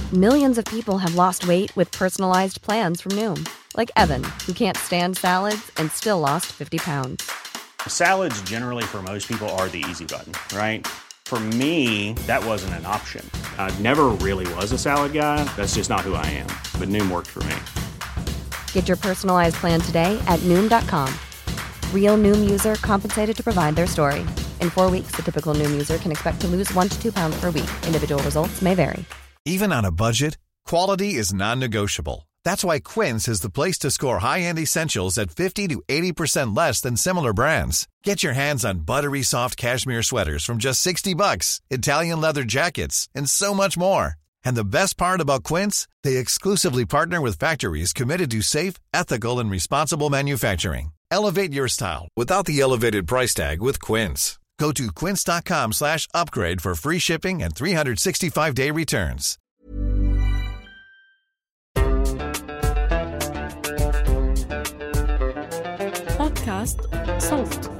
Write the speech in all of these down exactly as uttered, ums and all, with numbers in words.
Millions of people have lost weight with personalized plans from Noom. Like Evan, who can't stand salads and still lost fifty pounds. Salads generally for most people are the easy button, right? For me, that wasn't an option. I never really was a salad guy. That's just not who I am. But Noom worked for me. Get your personalized plan today at Noom dot com. Real Noom user compensated to provide their story. In four weeks, the typical Noom user can expect to lose one to two pounds per week. Individual results may vary. Even on a budget, quality is non-negotiable. That's why Quince is the place to score high-end essentials at fifty to eighty percent less than similar brands. Get your hands on buttery soft cashmere sweaters from just sixty bucks, Italian leather jackets, and so much more. And the best part about Quince, they exclusively partner with factories committed to safe, ethical, and responsible manufacturing. Elevate your style without the elevated price tag with Quince. Go to quince.com slash upgrade for free shipping and three sixty-five day returns. بودكاست صوت.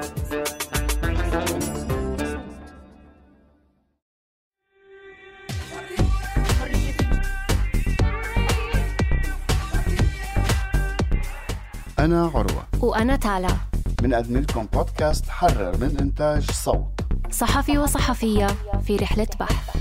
أنا عروة وأنا تالا، بنقدم لكم بودكاست حرر من إنتاج صوت، صحفي وصحفية في رحلة بحث.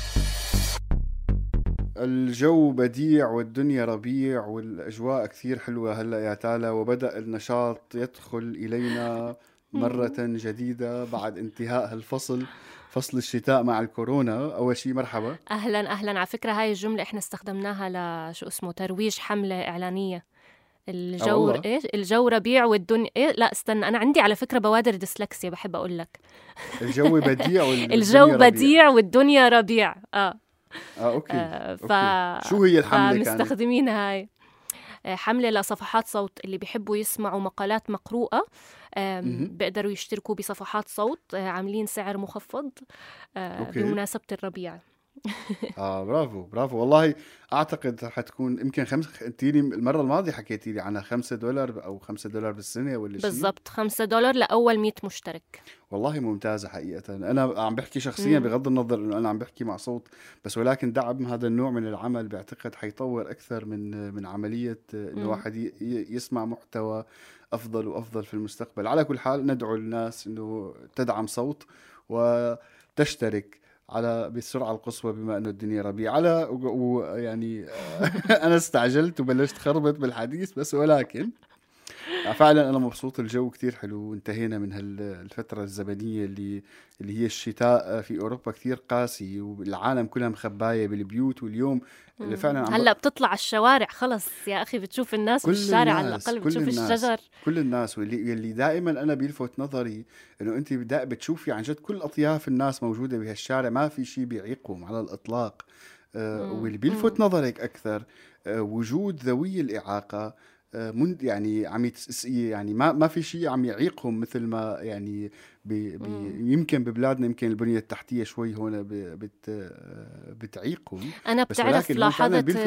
الجو بديع والدنيا ربيع والأجواء كثير حلوة هلأ يا تالا، وبدأ النشاط يدخل إلينا مرة جديدة بعد انتهاء هالفصل، فصل الشتاء مع الكورونا. أول شيء مرحبا. أهلا أهلا. على فكرة هاي الجملة إحنا استخدمناها لشو اسمه ترويج حملة إعلانية. الجو إيش الجو ربيع والدنيا إيه لا استنى، أنا عندي على فكرة بوادر ديسلكسيا بحب أقول لك. الجو بديع الجو بديع والدنيا ربيع. آه آه أوكي. آه ف... أوكي. شو هي الحملة كانت؟ مستخدمين هاي حملة لصفحات صوت اللي بيحبوا يسمعوا مقالات مقروءة، بيقدروا يشتركوا بصفحات صوت، عاملين سعر مخفض بمناسبة الربيع. آه برافو برافو والله. أعتقد حتكون يمكن خمس انتيلي المرة الماضية حكيتي لي عنها خمسة دولار أو خمسة دولار بالسنة ولا شيء. بالضبط خمسة دولار لأول مية مشترك. والله ممتازة حقيقة. أنا عم بحكي شخصيا مم. بغض النظر إنه أنا عم بحكي مع صوت بس، ولكن دعم هذا النوع من العمل بعتقد حيطور أكثر من من عملية إنه واحد يسمع محتوى أفضل وأفضل في المستقبل. على كل حال ندعو الناس إنه تدعم صوت وتشترك على بالسرعة القصوى بما أنه الدنيا ربيع. على ويعني أنا استعجلت وبلشت خربط بالحديث بس، ولكن فعلا أنا مبسوط. الجو كتير حلو، انتهينا من هالفترة الزمنية اللي اللي هي الشتاء في أوروبا كتير قاسي والعالم كلها مخباية بالبيوت، واليوم اللي فعلا هلأ بتطلع الشوارع خلص يا أخي، بتشوف الناس بالشارع على الأقل، بتشوف الشجر كل الناس. واللي اللي دائما أنا بيلفت نظري إنه أنت بتشوفي عن جد كل أطياف الناس موجودة بهالشارع، ما في شيء بيعيقهم على الإطلاق. آه واللي بيلفت نظرك أكثر آه وجود ذوي الإعاقة، من يعني عم يعني ما ما في شيء عم يعيقهم مثل ما يعني بي بي يمكن ببلادنا يمكن البنية التحتية شوي هون بت بتعيقهم. أنا بتعرف لاحظت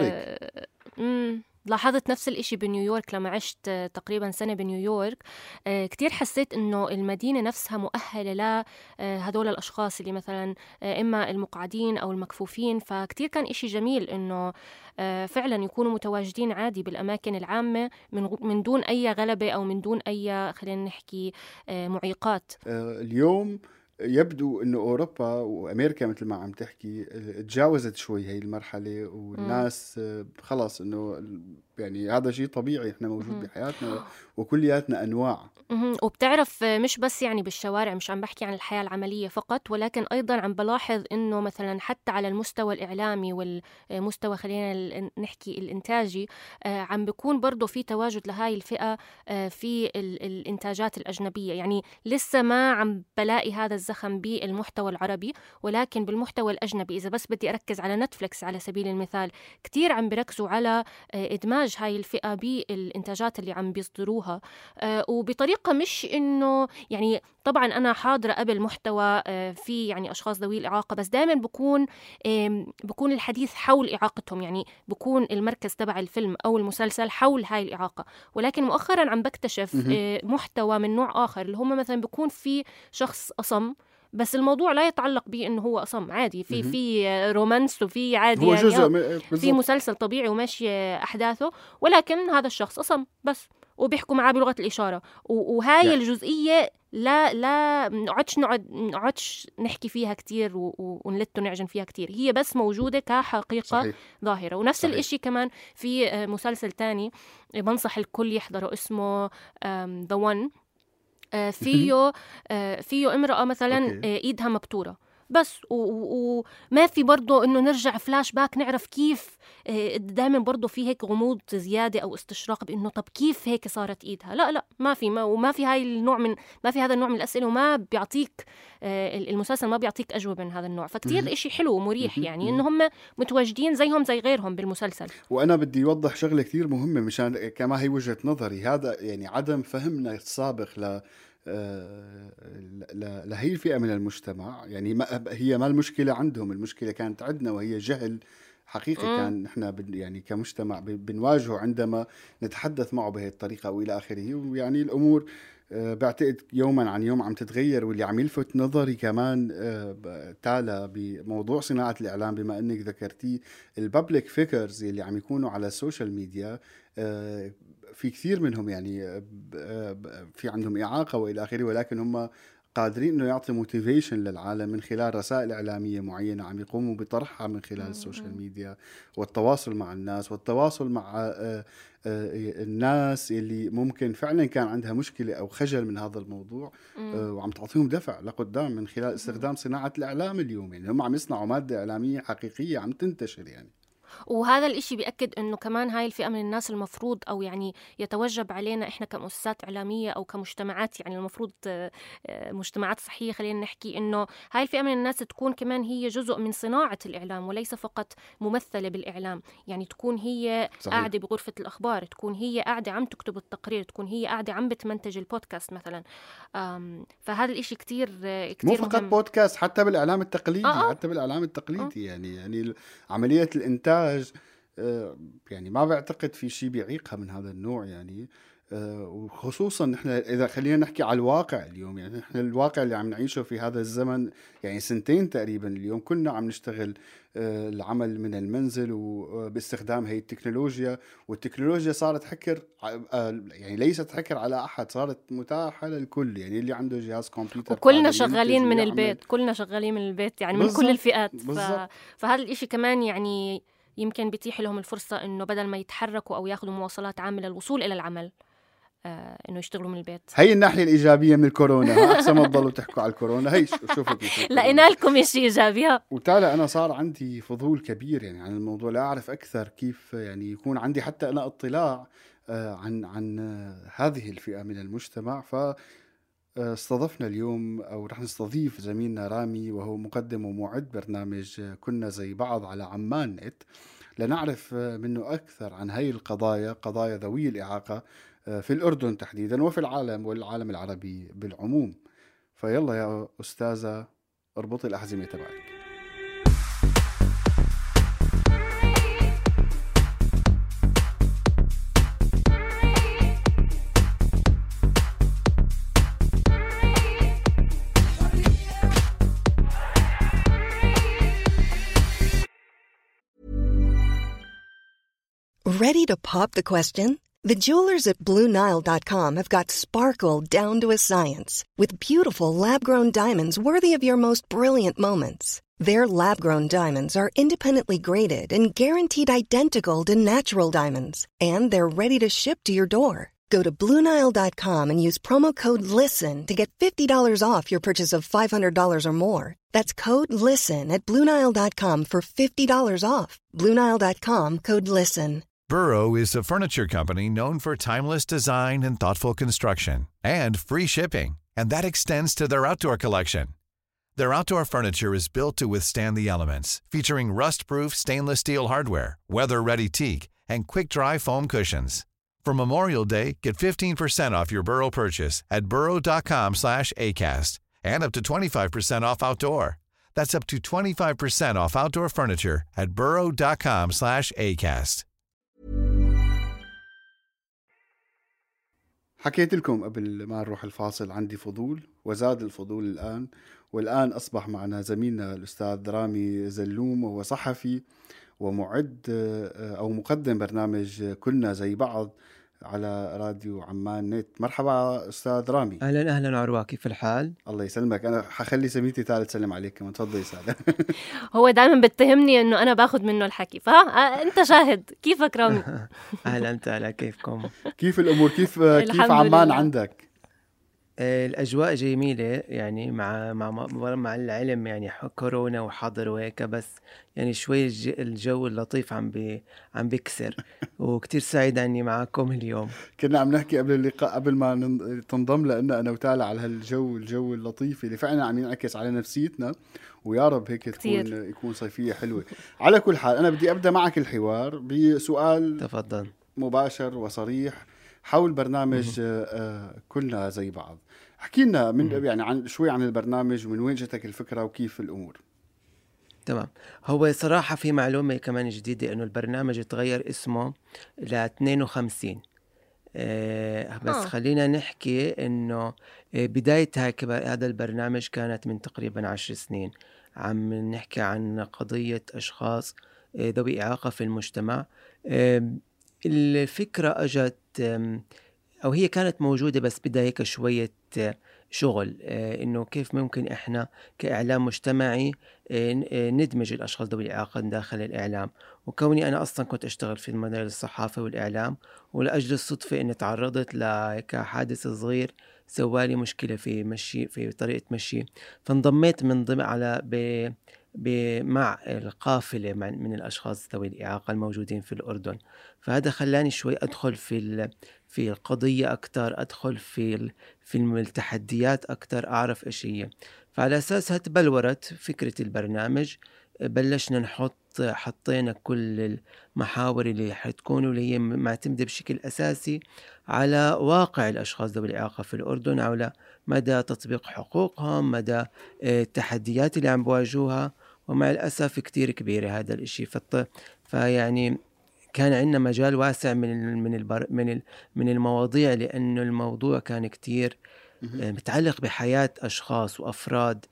امم لاحظت نفس الإشي بنيويورك لما عشت تقريبا سنة بنيويورك. كتير حسيت إنه المدينة نفسها مؤهلة لهدول الأشخاص اللي مثلا إما المقعدين أو المكفوفين، فكتير كان إشي جميل إنه فعلا يكونوا متواجدين عادي بالأماكن العامة من من دون أي غلبة أو من دون أي خلينا نحكي معيقات. اليوم يبدو إنه أوروبا وأمريكا مثل ما عم تحكي تجاوزت شوي هاي المرحلة، والناس خلاص إنه يعني هذا شيء طبيعي، إحنا موجود بحياتنا وكلياتنا أنواع. وبتعرف مش بس يعني بالشوارع، مش عم بحكي عن الحياة العملية فقط، ولكن أيضا عم بلاحظ إنه مثلا حتى على المستوى الإعلامي والمستوى خلينا نحكي الإنتاجي عم بيكون برضو في تواجد لهاي الفئة في الإنتاجات الأجنبية. يعني لسه ما عم بلاقي هذا الزخم بالمحتوى العربي، ولكن بالمحتوى الأجنبي إذا بس بدي أركز على نتفليكس على سبيل المثال، كتير عم بركزوا على إدماج هاي الفئة بالإنتاجات اللي عم بيصدروها، وبطريقة مش إنه يعني طبعا أنا حاضرة قبل محتوى في يعني أشخاص ذوي الإعاقة، بس دائما بكون بكون الحديث حول إعاقتهم، يعني بكون المركز تبع الفيلم أو المسلسل حول هاي الإعاقة. ولكن مؤخرا عم بكتشف محتوى من نوع آخر، اللي هم مثلا بكون في شخص أصم بس الموضوع لا يتعلق به انه هو اصم، عادي في في رومانس وفي عادي هو يعني جزء في مسلسل طبيعي وماشي احداثه، ولكن هذا الشخص اصم بس وبيحكوا معاه بلغه الاشاره، وهاي يعني الجزئيه لا لا نقعدش نقعد نقعدش نحكي فيها كتير ونلت ونعجن فيها كتير، هي بس موجوده كحقيقه صحيح. ظاهره. ونفس صحيح. الاشي كمان في مسلسل تاني بنصح الكل يحضره اسمه ذا ون، فيه فيه امرأة مثلا أوكي. ايدها مبتورة بس، وما في برضو انه نرجع فلاش باك نعرف كيف، دائما برضو في هيك غموض زيادة او استشراق بانه طب كيف هيك صارت ايدها، لا لا ما في ما وما في هاي النوع من ما في هذا النوع من الاسئلة، وما بيعطيك المسلسل ما بيعطيك اجوبة من هذا النوع، فكتير اشي حلو ومريح يعني انه هم متواجدين زيهم زي غيرهم بالمسلسل. وانا بدي اوضح شغلة كتير مهمة مشان كما هي وجهة نظري، هذا يعني عدم فهمنا السابق ل لهي الفئة من المجتمع، يعني ما هي ما المشكلة عندهم، المشكلة كانت عندنا وهي جهل حقيقي م. كان نحن يعني كمجتمع بنواجهه عندما نتحدث معه بهذه الطريقة وإلى آخره. ويعني الأمور بعتقد يوما عن يوم عم تتغير، واللي عم يلفت نظري كمان تالا بموضوع صناعة الإعلام بما أنك ذكرتي البابليك فيكرز اللي عم يكونوا على السوشيال ميديا، في كثير منهم يعني في عندهم إعاقة وإلى آخره، ولكن هم قادرين إنه يعطي موتيفيشن للعالم من خلال رسائل إعلامية معينة عم يقوموا بطرحها من خلال السوشيال ميديا، والتواصل مع الناس والتواصل مع الناس اللي ممكن فعلا كان عندها مشكلة أو خجل من هذا الموضوع، وعم تعطيهم دفع لقدام من خلال استخدام صناعة الإعلام اليوم. يعني هم عم يصنعوا مادة إعلامية حقيقية عم تنتشر يعني. وهذا الاشي بيأكد انه كمان هاي الفئة من الناس المفروض او يعني يتوجب علينا احنا كمؤسسات اعلامية او كمجتمعات، يعني المفروض مجتمعات صحية خلينا نحكي، انه هاي الفئة من الناس تكون كمان هي جزء من صناعة الاعلام وليس فقط ممثلة بالاعلام، يعني تكون هي صحيح. قاعدة بغرفة الاخبار، تكون هي قاعدة عم تكتب التقرير، تكون هي قاعدة عم بتمنتج البودكاست مثلا. فهذا الاشي كتير كتير مو فقط مهم. بودكاست، حتى بالاعلام التقليدي آه. حتى بالاعلام التقليدي آه. يعني يعني عملية الانتاج يعني ما بعتقد في شيء بيعيقها من هذا النوع يعني. وخصوصا نحن إذا خلينا نحكي على الواقع اليوم، يعني نحن الواقع اللي عم نعيشه في هذا الزمن، يعني سنتين تقريبا اليوم كنا عم نشتغل العمل من المنزل وباستخدام هي التكنولوجيا، والتكنولوجيا صارت حكر يعني ليست حكر على أحد، صارت متاحة للكل، يعني اللي عنده جهاز كمبيوتر وكلنا شغالين من البيت، كلنا شغالين من البيت يعني من كل الفئات. ف... فهذا الإشي كمان يعني يمكن بيتيح لهم الفرصة إنه بدل ما يتحركوا أو ياخذوا مواصلات عامة للوصول إلى العمل، آه إنه يشتغلوا من البيت. هي الناحية الإيجابية من الكورونا، أحسن ما تضلوا تحكوا على الكورونا. هي شوفوا كيف لقينا لكم شيء إيجابي. وتالي أنا صار عندي فضول كبير يعني عن الموضوع، لا أعرف أكثر كيف يعني يكون عندي حتى أنا اطلاع آه عن عن آه هذه الفئة من المجتمع. ف استضفنا اليوم أو رح نستضيف زميلنا رامي، وهو مقدم ومعد برنامج كنا زي بعض على عمان نت، لنعرف منه أكثر عن هاي القضايا، قضايا ذوي الإعاقة في الأردن تحديدا وفي العالم والعالم العربي بالعموم. فيلا يا أستاذة اربطي الأحزمة تبعك. Ready to pop the question? The jewelers at Blue Nile dot com have got sparkle down to a science with beautiful lab-grown diamonds worthy of your most brilliant moments. Their lab-grown diamonds are independently graded and guaranteed identical to natural diamonds, and they're ready to ship to your door. Go to Blue Nile dot com and use promo code LISTEN to get fifty dollars off your purchase of five hundred dollars or more. That's code LISTEN at Blue Nile dot com for fifty dollars off. Blue Nile dot com, code LISTEN. Burrow is a furniture company known for timeless design and thoughtful construction, and free shipping, and that extends to their outdoor collection. Their outdoor furniture is built to withstand the elements, featuring rust-proof stainless steel hardware, weather-ready teak, and quick-dry foam cushions. For Memorial Day, get fifteen percent off your Burrow purchase at burrow dot com slash acast, and up to twenty-five percent off outdoor. That's up to twenty-five percent off outdoor furniture at burrow dot com slash acast. حكيت لكم قبل ما نروح الفاصل عندي فضول وزاد الفضول الآن، والآن أصبح معنا زميلنا الأستاذ رامي زلوم، وهو صحفي ومعد أو مقدم برنامج كلنا زي بعض على راديو عمان نت. مرحبا أستاذ رامي. أهلا أهلا عروة، كيف الحال؟ الله يسلمك. أنا حخلي سميتي تعال تسلم عليك كمان. تفضل سادة. هو دائما بتهمني إنه أنا باخد منه الحكي، فأنت شاهد. كيفك رامي؟ أهلا تعالى، كيفكم؟ كيف الأمور؟ كيف كيف عمان لله. عندك؟ الأجواء جميلة يعني، مع مع مع العلم يعني كورونا وحظر وهيك، بس يعني شوي الجو اللطيف عم بي عم بيكسر وكتير سعيد أني معكم اليوم. كنا عم نحكي قبل اللقاء قبل ما تنضم لنا أنا وتالا على هالجو الجو اللطيف اللي فعلا عم ينعكس على نفسيتنا، ويا رب هيك كتير. تكون يكون صيفية حلوة. على كل حال أنا بدي أبدأ معك الحوار بسؤال تفضل مباشر وصريح حول برنامج آه كلنا زي بعض. احكي لنا من يعني عن شوي عن البرنامج ومن وين جتك الفكرة وكيف الأمور. تمام. هو صراحة في معلومة كمان جديدة، إنه البرنامج تغير اسمه ل اثنين وخمسين. آه بس آه. خلينا نحكي إنه بداية هذا البرنامج كانت من تقريبا عشر سنين. عم نحكي عن قضية أشخاص ذوي إعاقة في المجتمع. آه الفكرة أجت أو هي كانت موجودة، بس بدها هيك شوية شغل، إنه كيف ممكن إحنا كإعلام مجتمعي ندمج الأشخاص ذوي الإعاقة داخل الإعلام. وكوني أنا أصلا كنت أشتغل في مجال الصحافة والإعلام، ولأجل الصدفة إني تعرضت لحادث صغير سوالي مشكلة في مشي في طريقة مشي، فانضميت من ضمن على ب مع القافلة من الأشخاص ذوي الإعاقة الموجودين في الأردن. فهذا خلاني شوي أدخل في في القضية أكتر، أدخل في في التحديات أكتر، أعرف إيش هي. فعلى أساسها تبلورت فكرة البرنامج. بلشنا نحط حطينا كل المحاور اللي حتكون واللي هي معتمدة بشكل أساسي على واقع الأشخاص ذوي الإعاقة في الأردن، على مدى تطبيق حقوقهم، مدى التحديات اللي عم بواجهوها، ومع الأسف كتير كبيرة هذا الإشي. فيعني كان عندنا مجال واسع من من البر من من المواضيع، لأنه الموضوع كان كتير متعلق بحياة أشخاص وأفراد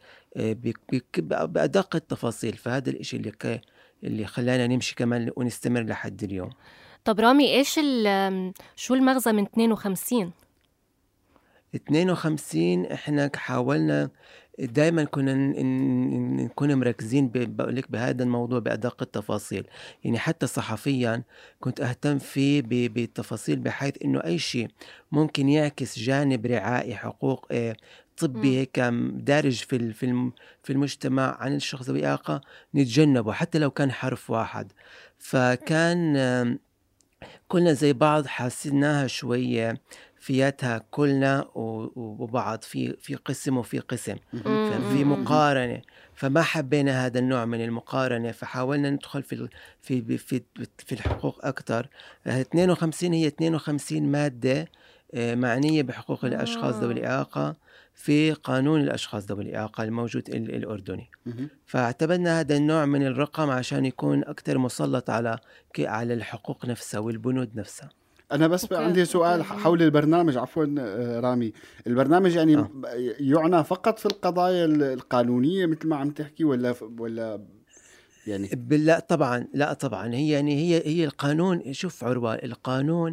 بأدق التفاصيل. فهذا الإشي اللي اللي خلانا نمشي كمان ونستمر لحد اليوم. طب رامي، إيش شو المغزى من اثنين وخمسين؟ اثنين وخمسين إحنا حاولنا دائما كنا نكون مركزين بقولك بهذا الموضوع بأدق التفاصيل. يعني حتى صحفيا كنت أهتم فيه بالتفاصيل، بحيث إنه أي شيء ممكن يعكس جانب رعائي، حقوق طبي هيك دارج في في المجتمع عن الشخص ذوي الإعاقة نتجنبه، حتى لو كان حرف واحد. فكان كلنا زي بعض حاسيناها شوية فياتها كلنا وبعض، في في قسم وفي قسم، في مقارنة. فما حبينا هذا النوع من المقارنة، فحاولنا ندخل في في في في الحقوق أكتر. اثنين وخمسين هي اثنين وخمسين مادة معنية بحقوق الأشخاص ذوي الإعاقة في قانون الأشخاص ذوي الإعاقة الموجود الأردني. فاعتبرنا هذا النوع من الرقم عشان يكون أكتر مسلط على على الحقوق نفسها والبنود نفسها. أنا بس أوكي. عندي سؤال حول البرنامج. عفوا رامي، البرنامج يعني آه. يعنى فقط في القضايا القانونية مثل ما عم تحكي، ولا ولا يعني؟ لا طبعا، لا طبعا، هي يعني هي هي القانون. شوف عروة، القانون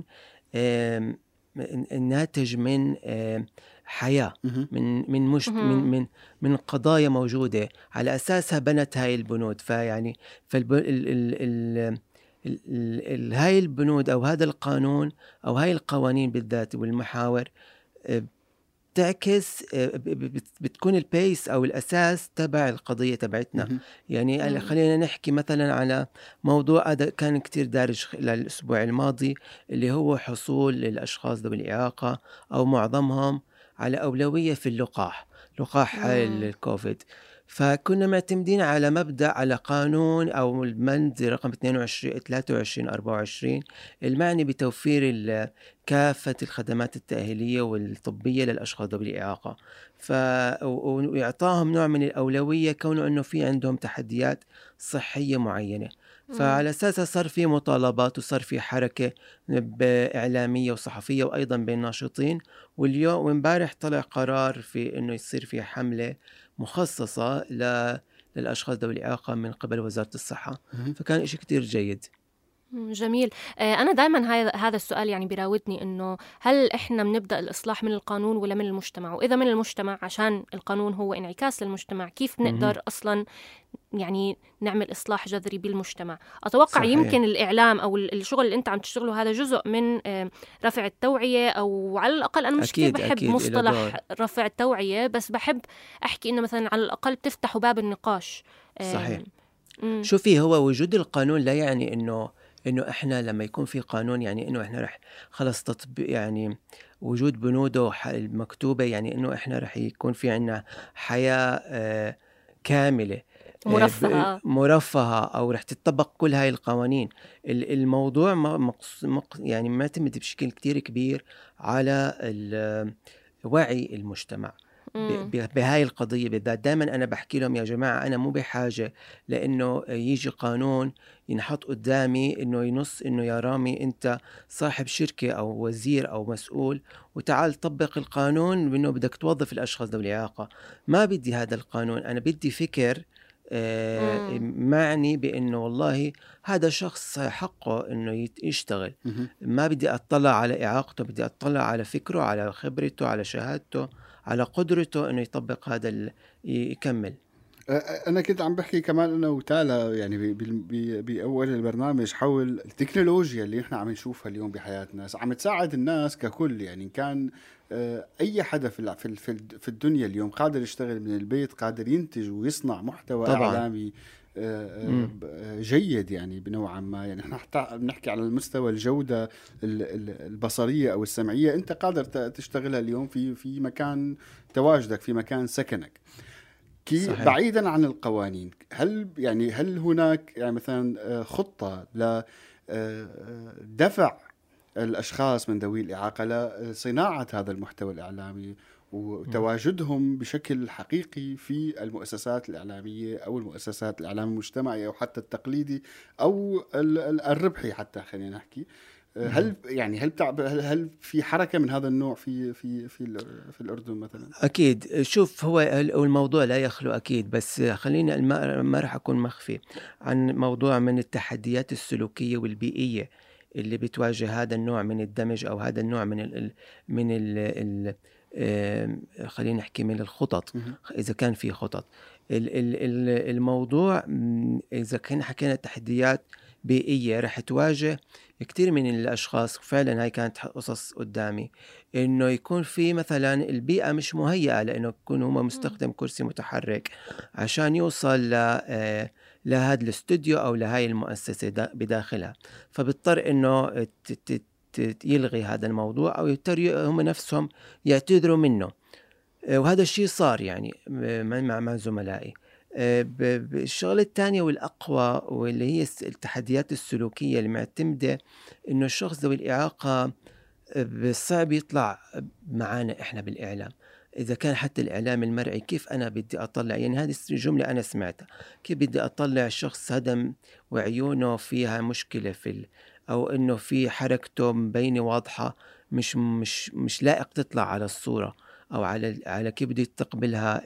ناتج من حياة، من من مش من من من قضايا موجودة على أساسها بنت هاي البنود. فيعني فالب ال ال ال هاي البنود أو هذا القانون أو هاي القوانين بالذات والمحاور تعكس، بتكون البيس أو الأساس تبع القضية تبعتنا. يعني خلينا نحكي مثلا على موضوع هذا كان كتير دارج الأسبوع الماضي، اللي هو حصول الأشخاص ذوي الإعاقة أو معظمهم على أولوية في اللقاح، لقاح الكوفيد. فكنا معتمدين على مبدأ، على قانون أو المند رقم اثنين وعشرين ثلاثة وعشرين أربعة وعشرين المعني بتوفير كافة الخدمات التأهيلية والطبية للأشخاص ذوي الإعاقة. وإعطاهم نوع من الأولوية كونه أنه في عندهم تحديات صحية معينة. فعلى أساسها صار في مطالبات وصار في حركة إعلامية وصحفية وأيضا بين الناشطين. واليوم وامبارح طلع قرار في إنه يصير في حملة مخصصة ل للأشخاص ذوي الإعاقة من قبل وزارة الصحة. فكان إشي كتير جيد. جميل. أنا دائما هذا السؤال يعني بيراودني إنه هل إحنا بنبدأ الإصلاح من القانون ولا من المجتمع؟ وإذا من المجتمع عشان القانون هو انعكاس للمجتمع، كيف بنقدر أصلا يعني نعمل إصلاح جذري بالمجتمع؟ أتوقع صحيح. يمكن الإعلام أو الشغل اللي أنت عم تشتغله هذا جزء من رفع التوعية، أو على الأقل أنا مش كتير بحب أكيد مصطلح رفع التوعية، بس بحب أحكي إنه مثلا على الأقل بتفتحوا باب النقاش. صحيح. شوفي، هو وجود القانون لا يعني إنه إنه إحنا لما يكون في قانون يعني إنه إحنا رح خلص تطبيق، يعني وجود بنوده المكتوبة يعني إنه إحنا رح يكون في عنا حياة آه كاملة مرفهة مرفهة أو رح تطبق كل هاي القوانين. الموضوع مقص يعني معتمد بشكل كتير كبير على وعي المجتمع بهاي القضية بالذات. دائما أنا بحكي لهم يا جماعة أنا مو بحاجة لأنه يجي قانون ينحط قدامي إنه ينص إنه يا رامي أنت صاحب شركة أو وزير أو مسؤول وتعال طبق القانون بأنه بدك توظف الأشخاص ذوي الإعاقة. ما بدي هذا القانون، أنا بدي فكر آه معني بأنه والله هذا شخص حقه إنه يشتغل. ما بدي أطلع على إعاقته، بدي أطلع على فكره، على خبرته، على شهادته، على قدرته إنه يطبق هذا يكمل. أنا كنت عم بحكي كمان أنا وتالا يعني بأول البرنامج حول التكنولوجيا اللي إحنا عم نشوفها اليوم بحياتنا، عم تساعد الناس ككل. يعني كان أي حدا في في الدنيا اليوم قادر يشتغل من البيت، قادر ينتج ويصنع محتوى طبعاً. إعلامي جيد يعني بنوعا ما. يعني احنا حتى بنحكي على المستوى الجودة البصرية أو السمعية، أنت قادر تشتغلها اليوم في في مكان تواجدك، في مكان سكنك. كي بعيدا عن القوانين، هل يعني هل هناك يعني مثلا خطة لدفع الأشخاص من ذوي الإعاقة لصناعة هذا المحتوى الإعلامي وتواجدهم بشكل حقيقي في المؤسسات الإعلامية أو المؤسسات الإعلام المجتمعي أو حتى التقليدي أو الربحي حتى، خلينا نحكي. هل يعني هل هل هل في حركة من هذا النوع في في في في الأردن مثلا؟ أكيد. شوف، هو الموضوع لا يخلو أكيد، بس خليني ما راح أكون مخفي عن موضوع من التحديات السلوكية والبيئية اللي بتواجه هذا النوع من الدمج أو هذا النوع من ال من ال خلينا نحكي من الخطط. إذا كان في خطط، الموضوع إذا كان حكينا تحديات بيئية رح تواجه كتير من الأشخاص. فعلا هاي كانت قصص قدامي، إنه يكون في مثلا البيئة مش مهيئة لأنه يكون هو مستخدم كرسي متحرك عشان يوصل ل لهذا الاستوديو أو لهاي المؤسسة بداخلها، فبضطر إنه يلغي هذا الموضوع أو يضطر هم نفسهم يعتذروا منه. وهذا الشيء صار يعني مع مع زملائي. بالشغلة الثانية والأقوى واللي هي التحديات السلوكية اللي معتمدة إنه الشخص ذوي الإعاقة بالصعب يطلع معانا إحنا بالإعلام. إذا كان حتى الإعلام المرئي، كيف أنا بدي أطلع، يعني هذه الجملة أنا سمعتها، كيف بدي أطلع الشخص هذا وعيونه فيها مشكلة في ال... أو إنه في حركته مبينة واضحة مش مش مش لائق تطلع على الصورة أو على على كيف بده يستقبلها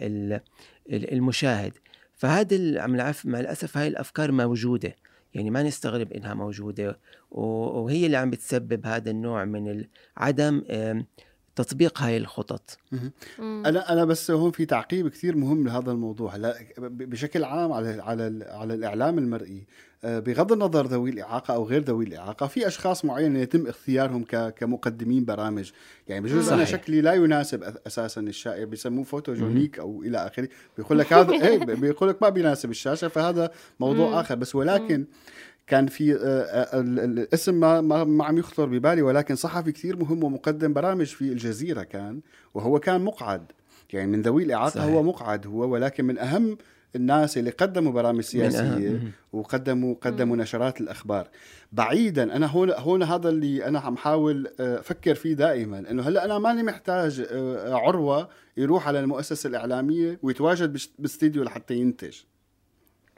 المشاهد. فهذا مع الأسف هاي الأفكار موجودة، يعني ما نستغرب إنها موجودة، وهي اللي عم بتسبب هذا النوع من عدم تطبيق هاي الخطط. أنا أنا بس هون في تعقيب كثير مهم لهذا الموضوع. لا بشكل عام على على على الإعلام المرئي، بغض النظر ذوي الإعاقة أو غير ذوي الإعاقة، في أشخاص معينة يتم اختيارهم كمقدمين برامج. يعني بجوز أنا شكلي لا يناسب أساسا الشاشة، بيسموه فوتوجونيك أو إلى آخره، بيقول لك هذا إيه بيقول لك ما بيناسب الشاشة، فهذا موضوع آخر. بس ولكن كان في الاسم ما ما عم يخطر ببالي، ولكن صحفي كثير مهم ومقدم برامج في الجزيرة كان، وهو كان مقعد يعني من ذوي الإعاقة. صحيح. هو مقعد هو، ولكن من أهم الناس اللي قدموا برامج سياسية وقدموا قدموا نشرات الأخبار. بعيدا أنا هون هون هذا اللي أنا عم حاول أفكر فيه دائما، إنه هلا أنا ماني محتاج عروة يروح على المؤسسة الإعلامية ويتواجد باستديو لحتى ينتج.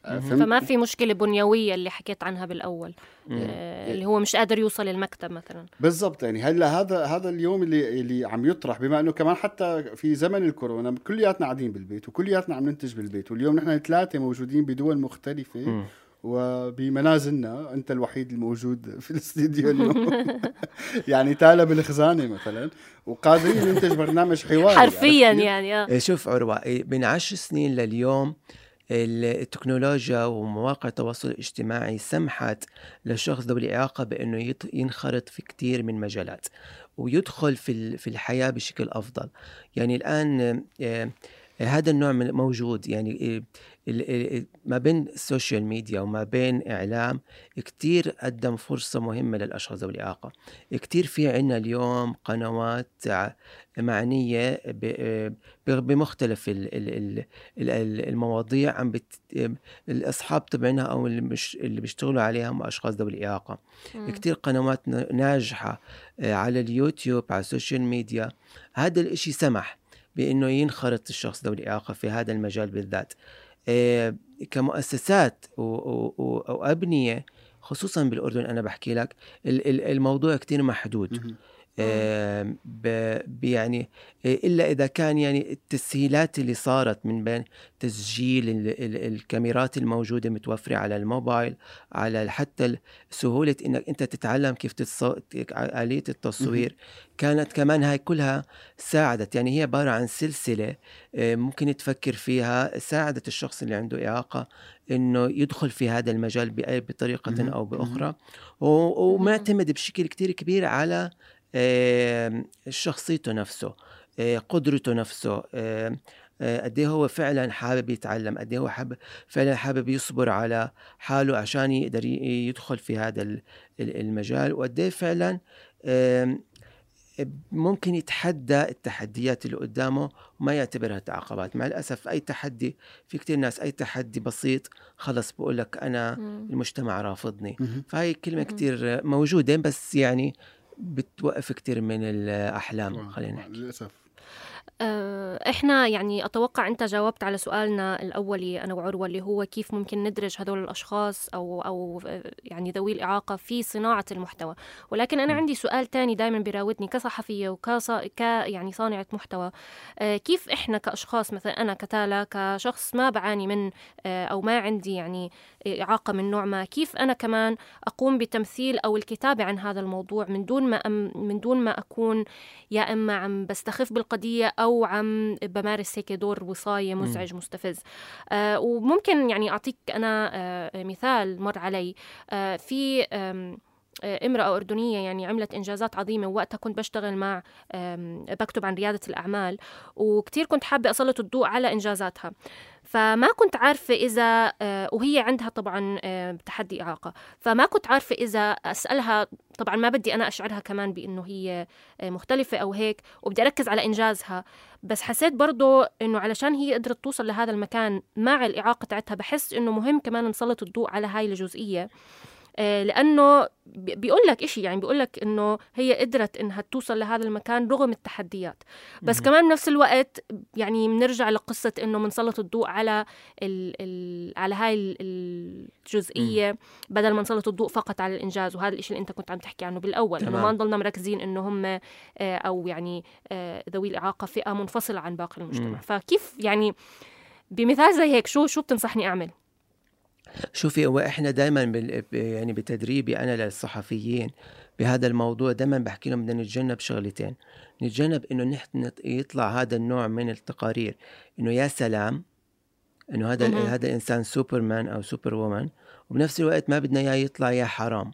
فما في مشكلة بنيوية اللي حكيت عنها بالأول، آه اللي هو مش قادر يوصل المكتب مثلا. بالضبط. يعني هلا هذا هذا اليوم اللي اللي عم يطرح، بما انه كمان حتى في زمن الكورونا كلياتنا قاعدين بالبيت وكلياتنا عم ننتج بالبيت، واليوم نحن ثلاثة موجودين بدول مختلفة م. وبمنازلنا، انت الوحيد الموجود في الاستديو اليوم يعني تالا بالخزانة مثلا، وقادرين ننتج برنامج حواري حرفيا يعني. اه شوف عروة، من عشر سنين لليوم التكنولوجيا ومواقع التواصل الاجتماعي سمحت للشخص ذوي الإعاقة بأنه ينخرط في كتير من مجالات ويدخل في في الحياة بشكل أفضل. يعني الآن هذا النوع من موجود، يعني ما بين السوشيال ميديا وما بين إعلام كتير قدم فرصة مهمة للأشخاص ذوي الإعاقة. كتير في عنا اليوم قنوات معنية بمختلف المواضيع عم بت... الأصحاب تبعينها أو اللي بيشتغلوا عليها هم أشخاص ذوي الإعاقة. كتير قنوات ناجحة على اليوتيوب، على السوشيال ميديا. هذا الإشي سمح بأنه ينخرط الشخص ذوي الإعاقة في هذا المجال بالذات. إيه كمؤسسات وأبنية خصوصا بالأردن، أنا بحكي لك الموضوع كتير محدود. إيه يعني إلا إذا كان يعني التسهيلات اللي صارت من بين تسجيل ال ال الكاميرات الموجودة متوفرة على الموبايل، على حتى سهولة إنك أنت تتعلم كيف تتصو... آلية التصوير، كانت كمان هاي كلها ساعدت. يعني هي عبارة عن سلسلة ممكن تفكر فيها، ساعدت الشخص اللي عنده إعاقة إنه يدخل في هذا المجال بطريقة أو بأخرى، ومعتمد بشكل كتير كبير على شخصيته نفسه، قدرته نفسه، قديه هو فعلا حابب يتعلم، قديه هو حابب فعلا حابب يصبر على حاله عشان يقدر يدخل في هذا المجال، وقديه فعلا ممكن يتحدى التحديات اللي قدامه وما يعتبرها تعقبات. مع الأسف أي تحدي، في كتير ناس أي تحدي بسيط خلص بقول لك أنا المجتمع رافضني. فهي كلمة كتير موجودة، بس يعني بتوقف كتير من الأحلام. خلينا نحكي للأسف. إحنا يعني أتوقع أنت جاوبت على سؤالنا الأولي أنا وعروة، اللي هو كيف ممكن ندرج هذول الأشخاص أو أو يعني ذوي الإعاقة في صناعة المحتوى. ولكن أنا م. عندي سؤال تاني دائما بيراودني كصحفية وكص ك يعني صانعة محتوى. كيف إحنا كأشخاص، مثلا أنا كتالا كشخص ما بعاني من أو ما عندي يعني إعاقة من نوع ما، كيف أنا كمان أقوم بتمثيل أو الكتابة عن هذا الموضوع من دون ما أم من دون ما أكون يا إما عم بستخف بالقضية أو عم بمارس هيك دور وصاية مزعج مستفز. آه وممكن يعني أعطيك أنا آه مثال مر علي. آه في آه امرأة أردنية يعني عملت إنجازات عظيمة، ووقتها كنت بشتغل مع بكتب عن ريادة الأعمال، وكتير كنت حابة أسلط الضوء على إنجازاتها. فما كنت عارفة إذا وهي عندها طبعا تحدي إعاقة، فما كنت عارفة إذا أسألها. طبعا ما بدي أنا أشعرها كمان بأنه هي مختلفة أو هيك، وبدي أركز على إنجازها، بس حسيت برضو أنه علشان هي قدرت توصل لهذا المكان مع الإعاقة تاعتها، بحس أنه مهم كمان نسلط الضوء على هاي الجزئية، لأنه بيقول لك إشي، يعني بيقول لك إنه هي قدرت إنها توصل لهذا المكان رغم التحديات. بس م- كمان بنفس الوقت يعني بنرجع لقصة إنه منسلط الضوء على ال ال على هاي الجزئية م- بدل ما نسلط الضوء فقط على الإنجاز. وهذا الإشي اللي أنت كنت عم تحكي عنه بالأول، إنه ما نضلنا مركزين إنه هم أو يعني ذوي الإعاقة فئة منفصلة عن باقي المجتمع. م- فكيف يعني بمثال زي هيك شو شو بتنصحني أعمل؟ شوفي، هو احنا دائما بال... يعني بتدريبي انا للصحفيين بهذا الموضوع دائما بحكي لهم بدنا نتجنب شغلتين. نتجنب انه نحن يطلع هذا النوع من التقارير انه يا سلام انه هذا ال... هذا الانسان سوبرمان او سوبر وومن، وبنفس الوقت ما بدنا اياه يطلع يا حرام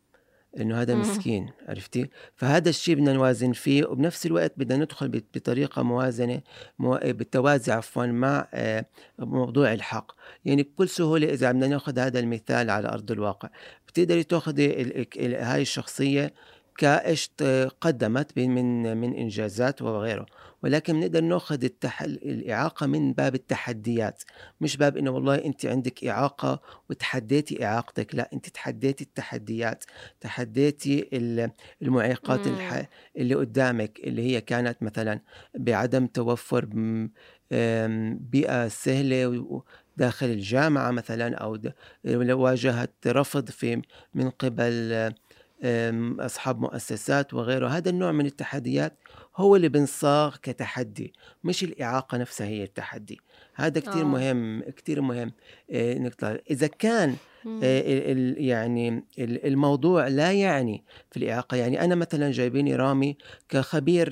انه هذا مسكين. عرفتي؟ فهذا الشيء بدنا نوازن فيه، وبنفس الوقت بدنا ندخل بطريقه موازنه مو... بالتوازي عفوا مع موضوع الحق. يعني بكل سهوله اذا بدنا ناخذ هذا المثال على ارض الواقع، بتقدري تاخذي ال... ال... هاي الشخصيه كايش قدمت من من انجازات وغيره، ولكن بنقدر ناخذ التح... الاعاقه من باب التحديات، مش باب انه والله انت عندك اعاقه وتحديتي اعاقتك. لا، انت تحديتي التحديات، تحديتي المعيقات الح... اللي قدامك، اللي هي كانت مثلا بعدم توفر بيئه سهله داخل الجامعة مثلا، أو واجهت رفض في من قبل أصحاب مؤسسات وغيره. هذا النوع من التحديات هو اللي بنصاغ كتحدي، مش الإعاقة نفسها هي التحدي. هذا كتير آه. مهم، كتير مهم نقطة. إذا كان يعني الموضوع لا يعني في الإعاقة، يعني أنا مثلا جايبيني رامي كخبير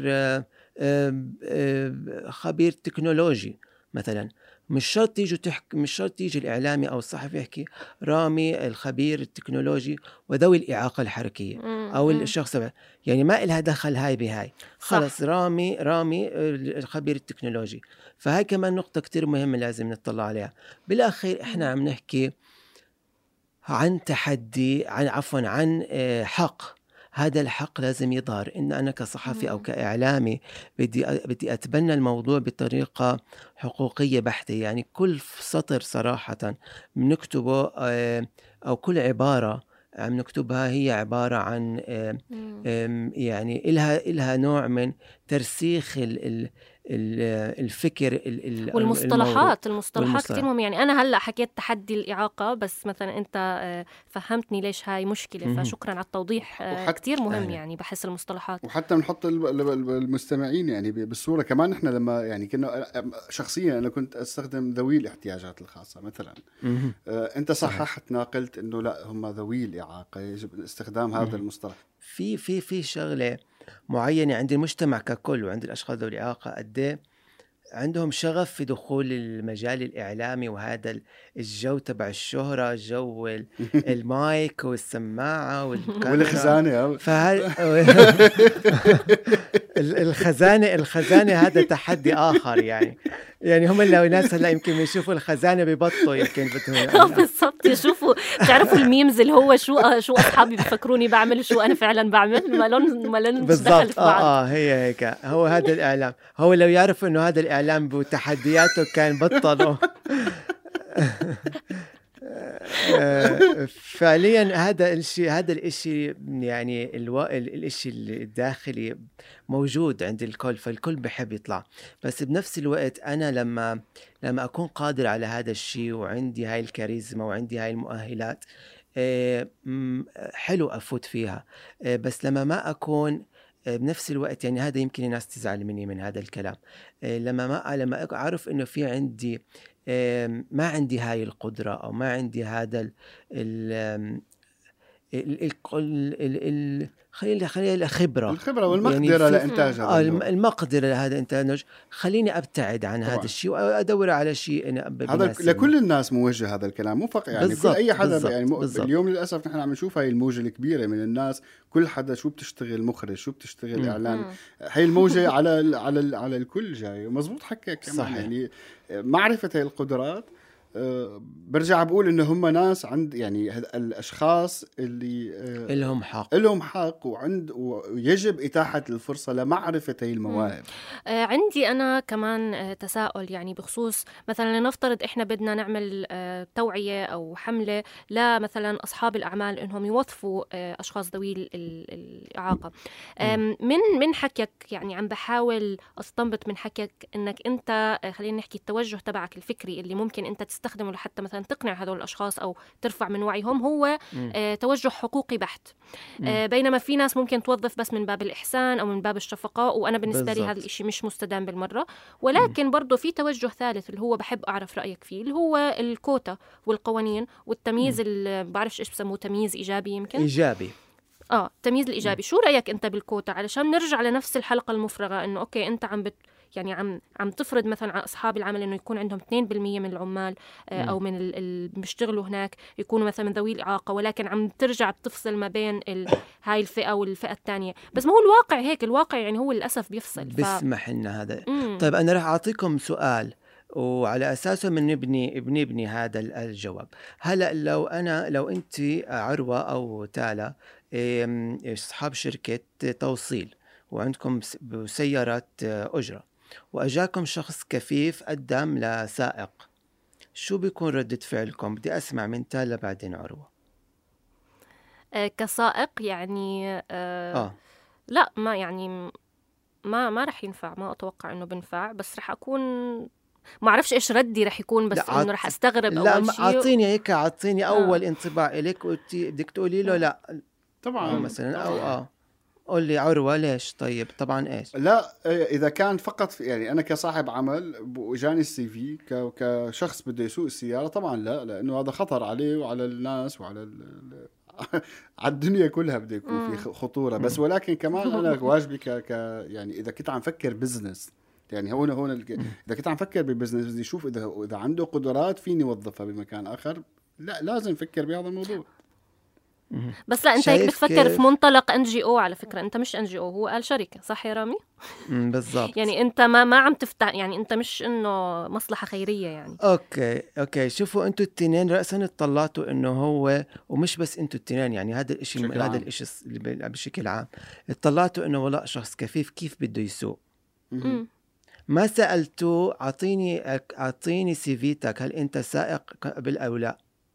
خبير تكنولوجي مثلا، مش شرط تيجي تحكي، مش شرط تيجي الإعلامي أو الصحفي يحكي رامي الخبير التكنولوجي وذوي الإعاقة الحركية أو الشخص، يعني ما إلها دخل هاي بهاي، خلص رامي رامي الخبير التكنولوجي. فهاي كمان نقطة كتير مهمة لازم نطلع عليها. بالأخير إحنا عم نحكي عن تحدي، عن عفوا عن حق. هذا الحق لازم يظهر. إن أنا كصحفي أو كإعلامي بدي بدي أتبنى الموضوع بطريقة حقوقية بحتة، يعني كل سطر صراحة بنكتبه أو كل عبارة عم نكتبها هي عبارة عن يعني إلها إلها نوع من ترسيخ ال الفكر ال والمصطلحات المصطلحات كتير مهم. يعني أنا هلأ حكيت تحدي الإعاقة، بس مثلا أنت فهمتني ليش هاي مشكلة، فشكرا على التوضيح. كتير مهم أهلا. يعني بحس المصطلحات، وحتى نحط المستمعين يعني بالصورة كمان. إحنا لما يعني كنا شخصيا أنا كنت أستخدم ذوي الاحتياجات الخاصة مثلا، أنت صححت ناقلت إنه لا هم ذوي الإعاقة، يجب استخدام هذا المصطلح. في في في شغلة معينة عند المجتمع ككل وعند الأشخاص ذوي الإعاقة، قد عندهم شغف في دخول المجال الإعلامي وهذا الجو تبع الشهرة، جو المايك والسماعة والخزانة. فهل الخزانة الخزانة هذا تحدي آخر. يعني يعني هم لو ناس هلا يمكن يشوفوا الخزانة ببطوا يمكن بدهم بالضبط يشوفوا. تعرفوا الميمز اللي هو شو شو أصحابي بيفكروني بعمل شو أنا فعلا بعمل، ما لون ما لون بالضبط. آه, آه هي هيك. هو هذا الإعلام، هو لو يعرفوا إنه هذا الإعلام بتحدياته كان بطلوا. فعليا هذا الشيء هذا الشيء يعني الو... الشيء الداخلي موجود عند الكل، فالكل بحب يطلع. بس بنفس الوقت أنا لما لما أكون قادر على هذا الشيء وعندي هاي الكاريزما وعندي هاي المؤهلات، حلو أفوت فيها. بس لما ما أكون بنفس الوقت، يعني هذا يمكن الناس تزعل مني من هذا الكلام، لما ما لما أعرف إنه في عندي ما عندي هاي القدرة أو ما عندي هذا ال ال ال ال خليني خليني الخبرة الخبرة والمقدرة يعني لإنتاج هذا المقدرة لهذا الإنتاج، خليني أبتعد عن طبعا. هذا الشيء وأدور على شيء هذا لكل الناس موجه هذا الكلام، مو فقط يعني كل أي حدا بالزبط. يعني بالزبط. اليوم للأسف نحن عم نشوف هاي الموجة الكبيرة من الناس، كل حدا شو بتشتغل مخرج، شو بتشتغل إعلان، هاي الموجة على ال على ال على الكل جاي. مزبوط حكيك كمان صحيح. يعني معرفة هاي القدرات. أه برجع بقول إنه هم ناس عند يعني الأشخاص اللي أه لهم حق لهم حق وعند ويجب إتاحة الفرصة لمعرفة هاي المواهب. آه عندي أنا كمان آه تساؤل، يعني بخصوص مثلا لنفترض إحنا بدنا نعمل آه توعية أو حملة لمثلا أصحاب الأعمال إنهم يوظفوا آه أشخاص ذوي الإعاقة. آه من من حكيك يعني عم بحاول أستنبط من حكيك إنك أنت آه خلينا نحكي التوجه تبعك الفكري اللي ممكن أنت تستخدمه لحتى مثلا تقنع هذول الأشخاص أو ترفع من وعيهم هو آه توجه حقوقي بحت. آه بينما في ناس ممكن توظف بس من باب الإحسان أو من باب الشفقة، وأنا بالنسبة بالزبط. لي هذا الإشي مش مستدام بالمرة. ولكن مم. برضو في توجه ثالث اللي هو بحب أعرف رأيك فيه، اللي هو الكوتا والقوانين والتمييز، اللي بعرفش إيش بسموه، تمييز إيجابي يمكن إيجابي آه تمييز الإيجابي. مم. شو رأيك أنت بالكوتا، علشان نرجع لنفس الحلقة المفرغة إنه أوكي أنت عم بت يعني عم عم تفرض مثلا على أصحاب العمل إنه يكون عندهم اثنين بالمية من العمال آه أو من اللي بيشتغلوا هناك يكونوا مثلا من ذوي الإعاقة، ولكن عم ترجع بتفصل ما بين هاي الفئة والفئة الثانية. بس ما هو الواقع هيك، الواقع يعني هو للأسف بيفصل. ف... بسمح لنا هذا. مم. طيب أنا رح أعطيكم سؤال وعلى أساسه من نبني بنبني هذا الجواب. هلأ لو أنا لو أنت عروة أو تالا أصحاب شركة توصيل وعندكم سيارات أجرة وأجاكم شخص كفيف قدم لسائق، شو بيكون ردة فعلكم؟ بدي أسمع من تالا بعدين عروة. أه كسائق يعني أه آه. لا ما يعني ما ما رح ينفع، ما أتوقع إنه بنفع، بس رح أكون ما اعرفش ايش ردي رح يكون، بس لا انه رح استغرب لا اول شيء. اعطيني هيك، اعطيني اول آه. انطباع الك وتي بدك تقولي له لا طبعا مثلا او اه قول لي عروة ليش؟ طيب طبعا ايش؟ لا اذا كان فقط في يعني انا كصاحب عمل وجاني السي في كشخص بده يسوق السياره، طبعا لا، لانه هذا خطر عليه وعلى الناس وعلى ال على الدنيا كلها بده يكون في خطوره. بس ولكن كمان انا واجبي ك ك يعني اذا كنت عم فكر بزنس، يعني هون هون ال... اذا كنت عم فكر ببزنس بدي اشوف اذا اذا عنده قدرات فيني اوظفها بمكان اخر، لا لازم فكر بهذا الموضوع. بس لا انت هيك بتفكر كيف؟ في منطلق ان جي او على فكره، انت مش ان جي او، هو قال شركه، صح يا رامي؟ بالضبط. يعني انت ما ما عم تفتح، يعني انت مش انه مصلحه خيريه يعني. اوكي اوكي شوفوا انتوا التنين راسا اطلعتوا انه هو، ومش بس انتوا التنين، يعني هذا الاشي هذا الاشي بشكل عام اطلعتوا انه والله شخص كفيف كيف بده يسوق. ما سالتوه اعطيني اعطيني سيفيتك، هل انت سائق قبل او لا؟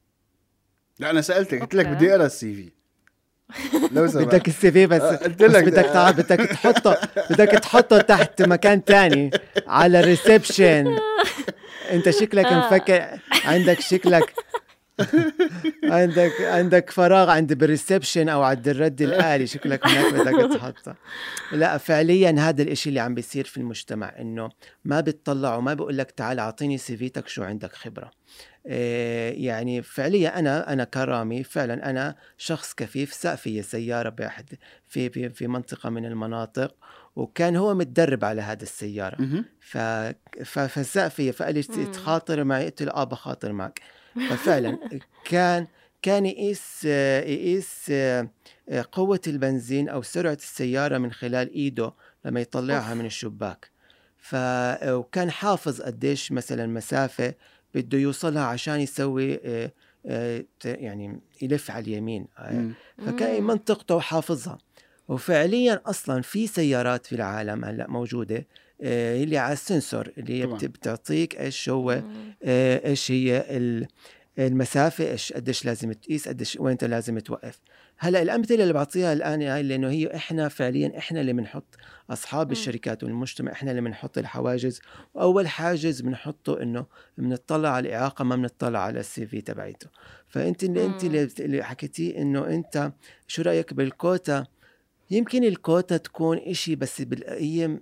لا انا سألتك قلت لك بدي اقرا السي في. لو سمحت بدك السي في بس, قلت بس لك بدك تع... بدك تحطه بدك تحطه تحت مكان تاني على الريسبشن. انت شكلك مفكر عندك شكلك عندك عندك فراغ عند بالريسبشن او عند الرد الآلي، شكلك هناك بدك تحطه. لا فعليا هذا الاشي اللي عم بيصير في المجتمع، انه ما بتطلعوا، ما بقول لك تعال اعطيني سيفيتك شو عندك خبرة. يعني فعليا أنا أنا كرامي فعلا أنا شخص كفيف، ساق في سيارة بأحد في في في منطقة من المناطق، وكان هو متدرب على هذا السيارة، ف فساق فيه فقال لي تخاطر معي، قلت له آه بخاطر معك. ففعلا كان كان يقيس يقيس قوة البنزين أو سرعة السيارة من خلال إيده لما يطلعها من الشباك، ف وكان حافظ قديش مثلا مسافة بده يوصلها عشان يسوي اه اه يعني يلف على اليمين، اه فكان منطقته وحافظها. وفعليا أصلا في سيارات في العالم هلأ موجودة اه اللي على السنسور اللي بتعطيك إيش هو اه إيش هي المسافة، إيش قديش لازم تقيس، قديش وين لازم توقف. هلا الأمثلة اللي بعطيها الآن هاي لأنه هي إحنا فعليا إحنا اللي بنحط أصحاب الشركات والمجتمع، إحنا اللي بنحط الحواجز. وأول حاجز بنحطه إنه بنطلع على الإعاقة، ما بنطلع على السي في تبعيته. فأنت اللي أنت اللي حكيتي إنه أنت شو رأيك بالكوتا؟ يمكن الكوتا تكون إشي، بس بالأيام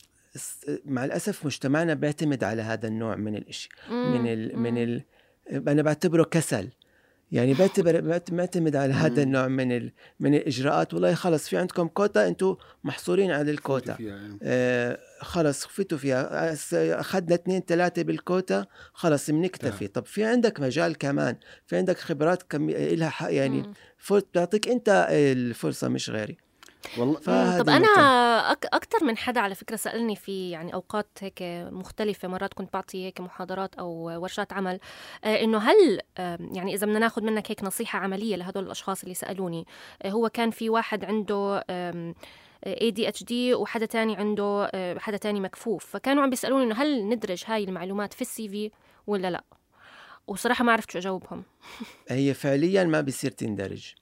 مع الأسف مجتمعنا بيعتمد على هذا النوع من الإشي، من ال من ال أنا بعتبره كسل. يعني بعتبر معتمد على هذا النوع من ال... من الإجراءات. والله خلص في عندكم كوتا، أنتوا محصورين على الكوتا، يعني. آه خلص خفتوا فيها، أخذنا اثنين ثلاثة بالكوتا خلص بنكتفي. طب في عندك مجال كمان، في عندك خبرات كم... إلها حق يعني فرص تعطيك أنت الفرصة مش غيري. والله طب أنا أك أكتر من حدا على فكرة سألني في يعني أوقات هيك مختلفة، مرات كنت بعطي هيك محاضرات أو ورشات عمل، آه إنه هل آه يعني إذا بدنا ناخد منك هيك نصيحة عملية لهدول الأشخاص اللي سألوني. آه هو كان في واحد عنده آه إيه دي إتش دي وحدا تاني عنده آه حدا تاني مكفوف، فكانوا عم بيسألوني إنه هل ندرج هاي المعلومات في السي في ولا لأ؟ وصراحة ما عرفت شو أجاوبهم. هي فعليا ما بيصير تندرج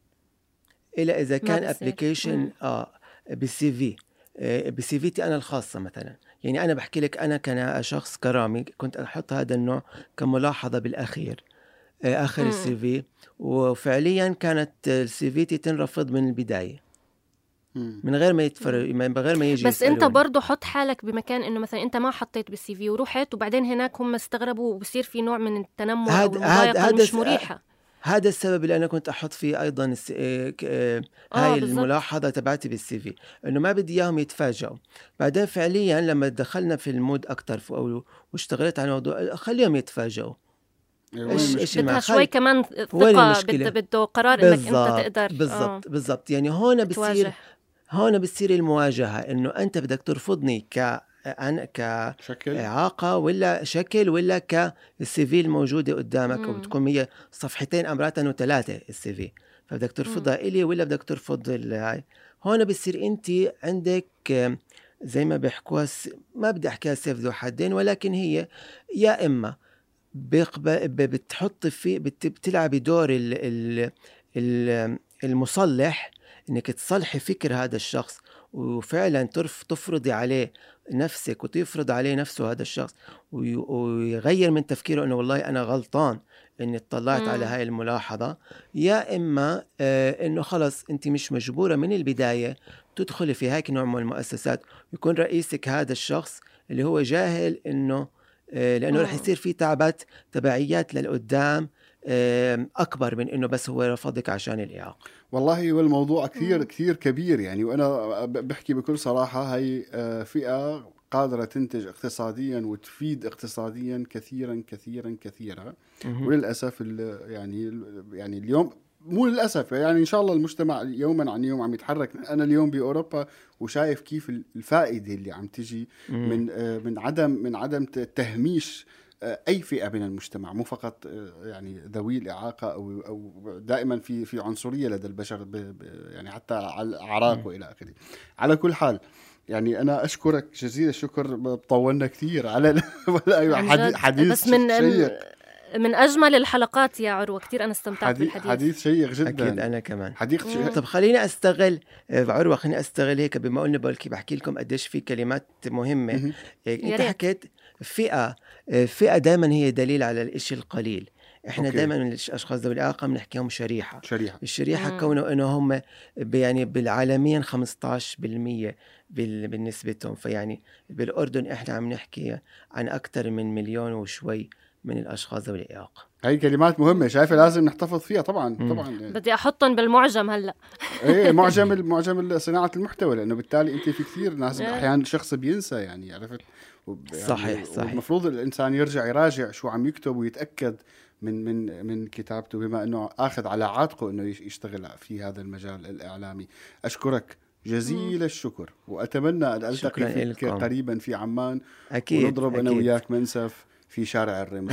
إلا إذا كان أبليكيشن آه بالسي في آه بالسي في تي أنا الخاصة مثلا. يعني أنا بحكي لك أنا كشخص كرامي كنت أحط هذا النوع كملاحظة بالأخير آه آخر مم. السي في، وفعليا كانت السي في تي تنرفض من البداية مم. من غير ما يتفرج، من غير ما يجي بس يسألوني. أنت برضو حط حالك بمكان إنه مثلا أنت ما حطيت بالسي في ورحت وبعدين هناك هم استغربوا وبصير في نوع من التنمر أو المضايقة مش مريحة. هذا السبب اللي أنا كنت أحط فيه أيضاً الس... آه هاي الملاحظة تبعتي بالسي في، إنه ما بدي إياهم يتفاجئوا. بعدين فعلياً لما دخلنا في المود أكتر أو واشتغلت على الموضوع خليهم يتفاجئوا. إيش إيش بدها شوي كمان ثقة، بده بده قرار إنك أنت تقدر. بالضبط بالضبط. يعني هون بتصير هون بتصير المواجهة، إنه أنت بدك ترفضني ك أنا كإعاقة ولا شكل ولا كالسي في الموجودة قدامك، وبتكون هي صفحتين أمراتن وثلاثة السي في، فبدك ترفضها إلي ولا بدك ترفض هاي. هون بصير أنت عندك زي ما بيحكوها، ما بدي أحكيها سيف ذو حدين، ولكن هي يا إما بتحط في بتلعبي دور المصلح، إنك تصلحي فكر هذا الشخص وفعلا ترف تفرضي عليه نفسك وتفرض عليه نفسه هذا الشخص ويغير من تفكيره انه والله انا غلطان اني اطلعت مم. على هاي الملاحظة، يا اما آه انه خلص انت مش مجبورة من البداية تدخلي في هيك نوع من المؤسسات ويكون رئيسك هذا الشخص اللي هو جاهل انه آه لانه رح يصير في تعبات تبعيات للقدام آه اكبر من انه بس هو رفضك عشان الاعاقة. والله والموضوع كثير كثير كبير يعني، وانا بحكي بكل صراحة هي فئة قادرة تنتج اقتصاديا وتفيد اقتصاديا كثيرا كثيرا كثيرا. وللأسف يعني يعني اليوم مو للأسف يعني إن شاء الله المجتمع يوما عن يوم عم يتحرك. أنا اليوم بأوروبا وشايف كيف الفائدة اللي عم تجي من من عدم من عدم تهميش أي فئة من المجتمع، مو فقط يعني ذوي الإعاقة أو أو دائما في في عنصرية لدى البشر يعني حتى على الأعراق وإلى آخره. على كل حال يعني أنا أشكرك جزيل الشكر، طولنا كثير على حديث حديث بس من شيق. من أجمل الحلقات يا عروة، كتير أنا استمتعت حديث بالحديث. حديث شيق جدا. أكيد أنا كمان حديث شيق. طب خليني أستغل عروة، خليني أستغل هيك بما قلنا بلكي بحكي لكم قديش في كلمات مهمة. أنت حكيت فئة فئة دائما هي دليل على الإشي القليل. احنا دائما من الاشخاص ذوي الاعاقه بنحكيهم شريحه شريحه الشريحه مم. كونه انه هم يعني بالعالميا خمسة عشر بالمية بالنسبتهم، فيعني بالاردن احنا عم نحكي عن اكثر من مليون وشوي من الاشخاص ذوي الاعاقه. هاي كلمات مهمه شايفه لازم نحتفظ فيها طبعا. مم. طبعا يعني. بدي احطهم بالمعجم هلا. ايه معجم المعجم صناعه المحتوى، لانه بالتالي انت في كثير ناس احيانا شخص بينسى يعني عرفت يعني صحيح صحيح. المفروض الانسان يرجع يراجع شو عم يكتب ويتاكد من من من كتابته، بما انه اخذ على عاتقه انه يشتغل في هذا المجال الاعلامي. اشكرك جزيل الشكر، واتمنى ان التقي فيك قريبا في عمان. اكيد ونضرب أكيد. انا وياك منسف في شارع الرمل.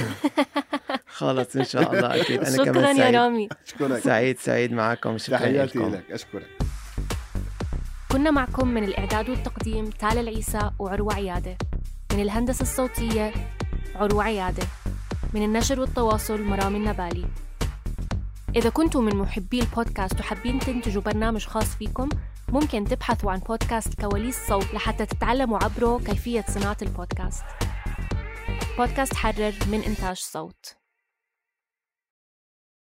خلص ان شاء الله. اكيد انا شكرا كمان يا سعيد. رامي. اشكرك. سعيد سعيد معكم. شكرا تحياتي لكم. لك. اشكرك. كنا معكم من الاعداد والتقديم تالا العيسى وعروة عياده، من الهندسه الصوتيه عروة عياده، من النشر والتواصل مرام النبالي. إذا كنتم من محبي البودكاست وحابين تنتجوا برنامج خاص فيكم، ممكن تبحثوا عن بودكاست كواليس صوت لحتى تتعلموا عبره كيفية صناعة البودكاست. بودكاست حرر من إنتاج صوت.